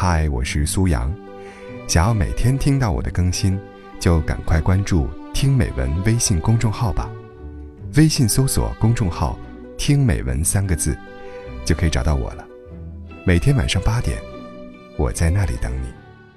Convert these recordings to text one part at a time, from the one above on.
嗨，我是苏阳。想要每天听到我的更新，就赶快关注听美文微信公众号吧。微信搜索公众号听美文3个字，就可以找到我了。每天晚上8点，我在那里等你。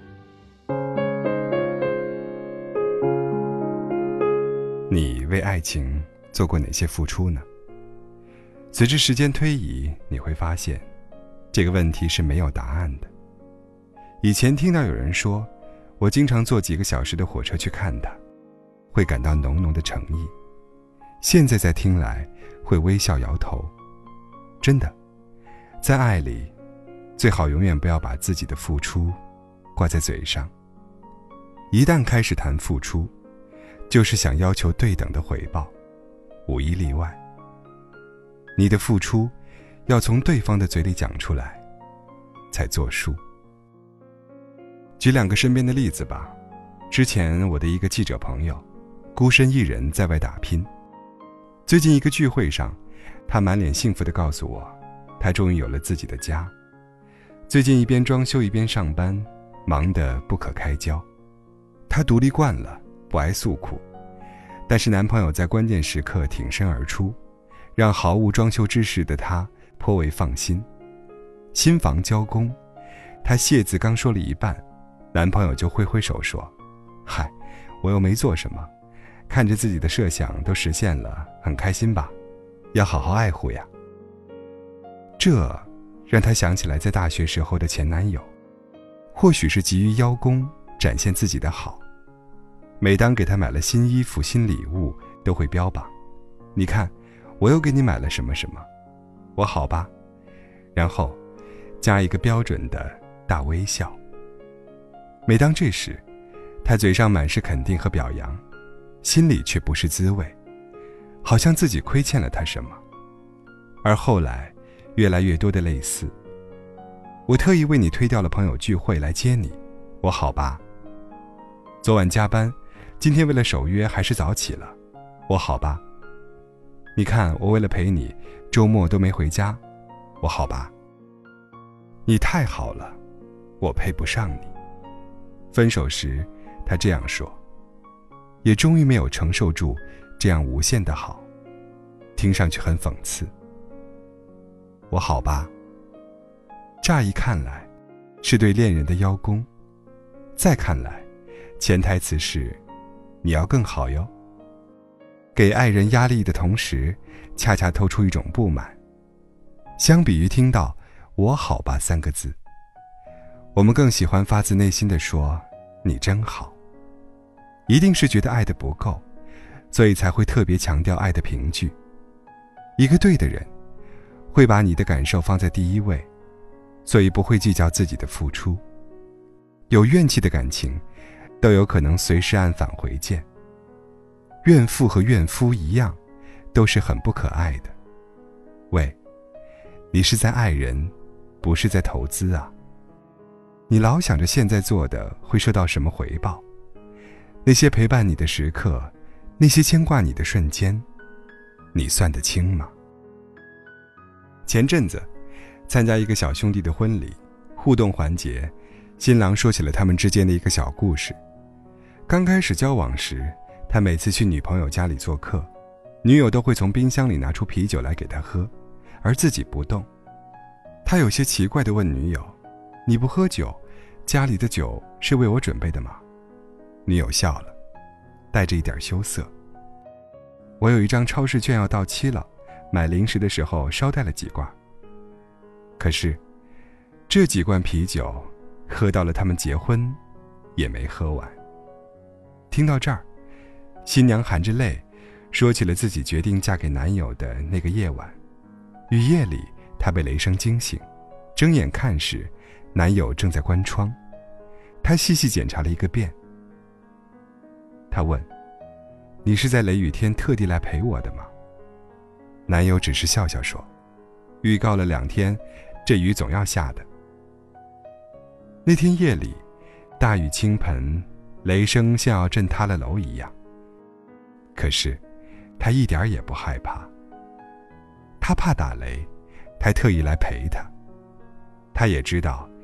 你为爱情做过哪些付出呢？随着时间推移，你会发现这个问题是没有答案的。以前听到有人说，我经常坐几个小时的火车去看他，会感到浓浓的诚意。现在再听来，会微笑摇头。真的，在爱里，最好永远不要把自己的付出挂在嘴上。一旦开始谈付出，就是想要求对等的回报，无一例外。你的付出要从对方的嘴里讲出来，才作数。举2个身边的例子吧。之前我的一个记者朋友，孤身一人在外打拼。最近一个聚会上，他满脸幸福地告诉我，他终于有了自己的家。最近一边装修一边上班，忙得不可开交。他独立惯了，不爱诉苦，但是男朋友在关键时刻挺身而出，让毫无装修知识的他颇为放心。新房交工，他谢字刚说了一半，男朋友就挥挥手说，嗨，我又没做什么，看着自己的设想都实现了，很开心吧，要好好爱护呀。这让他想起来在大学时候的前男友，或许是急于邀功展现自己的好，每当给他买了新衣服新礼物，都会标榜，你看我又给你买了什么什么，我好吧，然后加一个标准的大微笑。每当这时，他嘴上满是肯定和表扬，心里却不是滋味，好像自己亏欠了他什么。而后来越来越多的类似，我特意为你推掉了朋友聚会来接你，我好吧，昨晚加班，今天为了守约还是早起了，我好吧，你看我为了陪你周末都没回家，我好吧，你太好了，我配不上你。分手时他这样说，也终于没有承受住这样无限的好，听上去很讽刺。我好吧，乍一看来是对恋人的邀功，再看来潜台词是你要更好哟。给爱人压力的同时，恰恰透出一种不满。相比于听到我好吧3个字，我们更喜欢发自内心地说你真好。一定是觉得爱的不够，所以才会特别强调爱的凭据。一个对的人会把你的感受放在第一位，所以不会计较自己的付出。有怨气的感情都有可能随时按返回键。怨妇和怨夫一样，都是很不可爱的。喂，你是在爱人，不是在投资啊。你老想着现在做的会收到什么回报，那些陪伴你的时刻，那些牵挂你的瞬间，你算得清吗？前阵子参加一个小兄弟的婚礼，互动环节，新郎说起了他们之间的一个小故事。刚开始交往时，他每次去女朋友家里做客，女友都会从冰箱里拿出啤酒来给他喝，而自己不动。他有些奇怪地问女友，你不喝酒，家里的酒是为我准备的吗？女友笑了，带着一点羞涩。我有一张超市券要到期了，买零食的时候捎带了几罐。可是这几罐啤酒喝到了他们结婚也没喝完。听到这儿，新娘含着泪说起了自己决定嫁给男友的那个夜晚。雨夜里，她被雷声惊醒，睁眼看时，男友正在关窗。她细细检查了一个遍。她问，你是在雷雨天特地来陪我的吗？男友只是笑笑说，预告了2天，这雨总要下的。那天夜里，大雨倾盆，雷声像要震塌了楼一样。可是他一点也不害怕，他怕打雷，还特意来陪他。他也知道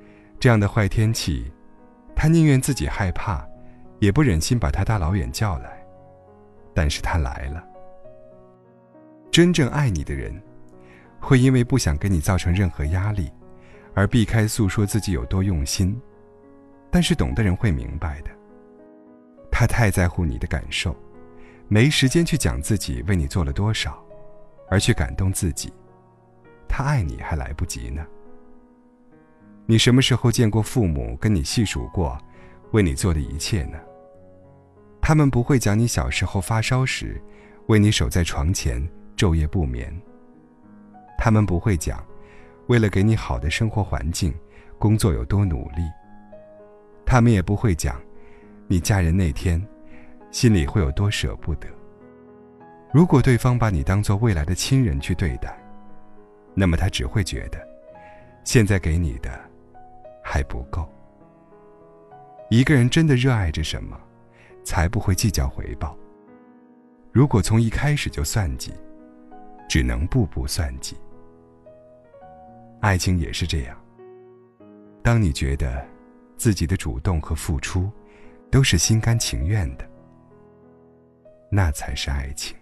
这样的坏天气，他宁愿自己害怕，也不忍心把他大老远叫来，但是他来了。真正爱你的人，会因为不想给你造成任何压力，而避开诉说自己有多用心，但是懂的人会明白的。他太在乎你的感受，没时间去讲自己为你做了多少，而去感动自己。他爱你还来不及呢。你什么时候见过父母跟你细数过为你做的一切呢？他们不会讲你小时候发烧时为你守在床前昼夜不眠，他们不会讲为了给你好的生活环境工作有多努力，他们也不会讲你嫁人那天心里会有多舍不得。如果对方把你当作未来的亲人去对待，那么他只会觉得现在给你的还不够。一个人真的热爱着什么，才不会计较回报。如果从一开始就算计，只能步步算计。爱情也是这样，当你觉得自己的主动和付出都是心甘情愿的，那才是爱情。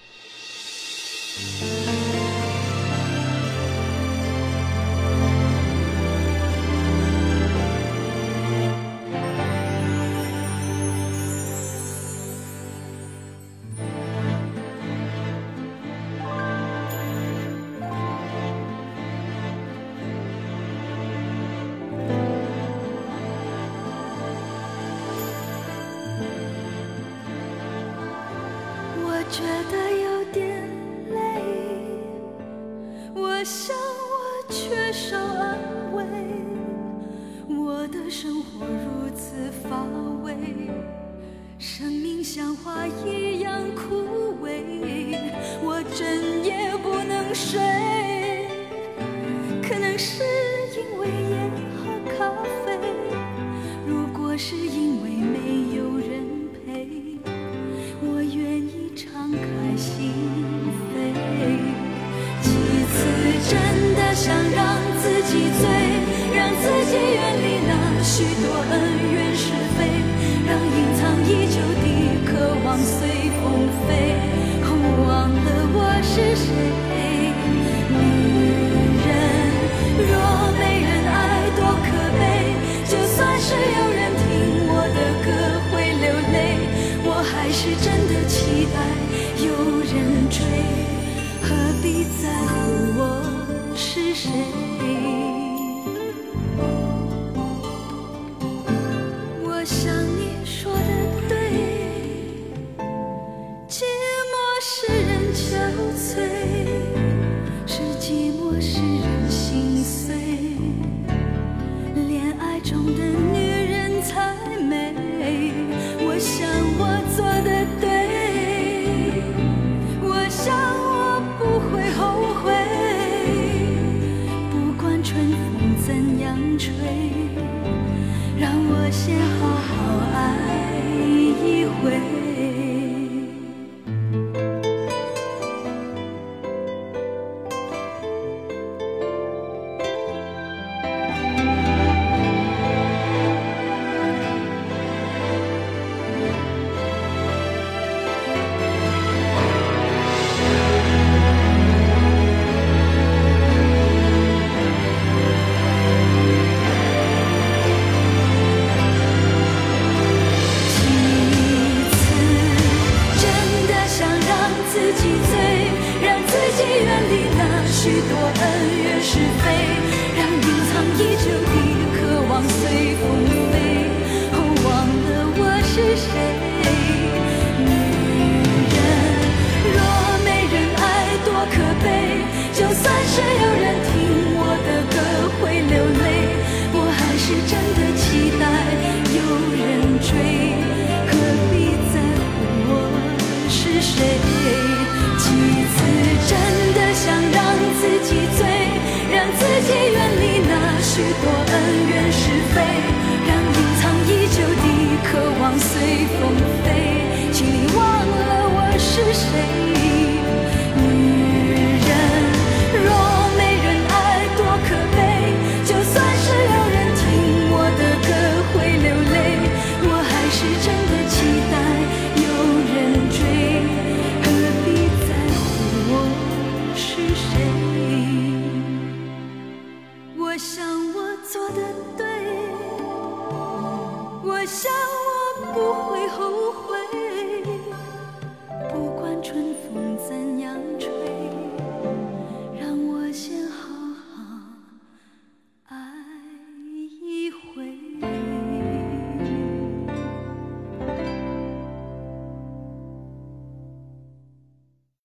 觉得有点累，我想我缺少安慰，我的生活如此乏味，生命像花一样枯萎，我整夜不能睡，可能是因为烟和咖啡，如果是因为没有人陪，我愿意敞开心扉。几次真的想让自己醉，让自己远离那许多恩怨是非，让隐藏已久的渴望随风飞，忘了我是谁。女人若没人爱多可悲，就算是有人听我的歌会流泪，我还是真的期待有人追，何必在乎我是谁。我想你说的对，寂寞使人憔悴，是寂寞使人心碎，恋爱中的女人才美，我想我做的对，我想我不会后悔，不管春风怎样吹，让我先好好爱一回。许多恩怨是非，让隐藏已久的渴望随风飞，忘了我是谁。女人若没人爱多可悲，就算是有人听我的歌会流泪，我还是真的期待有人追，何必在乎我是谁。几次真的想让自己醉，让自己远离那许多恩怨是非，让不会后悔。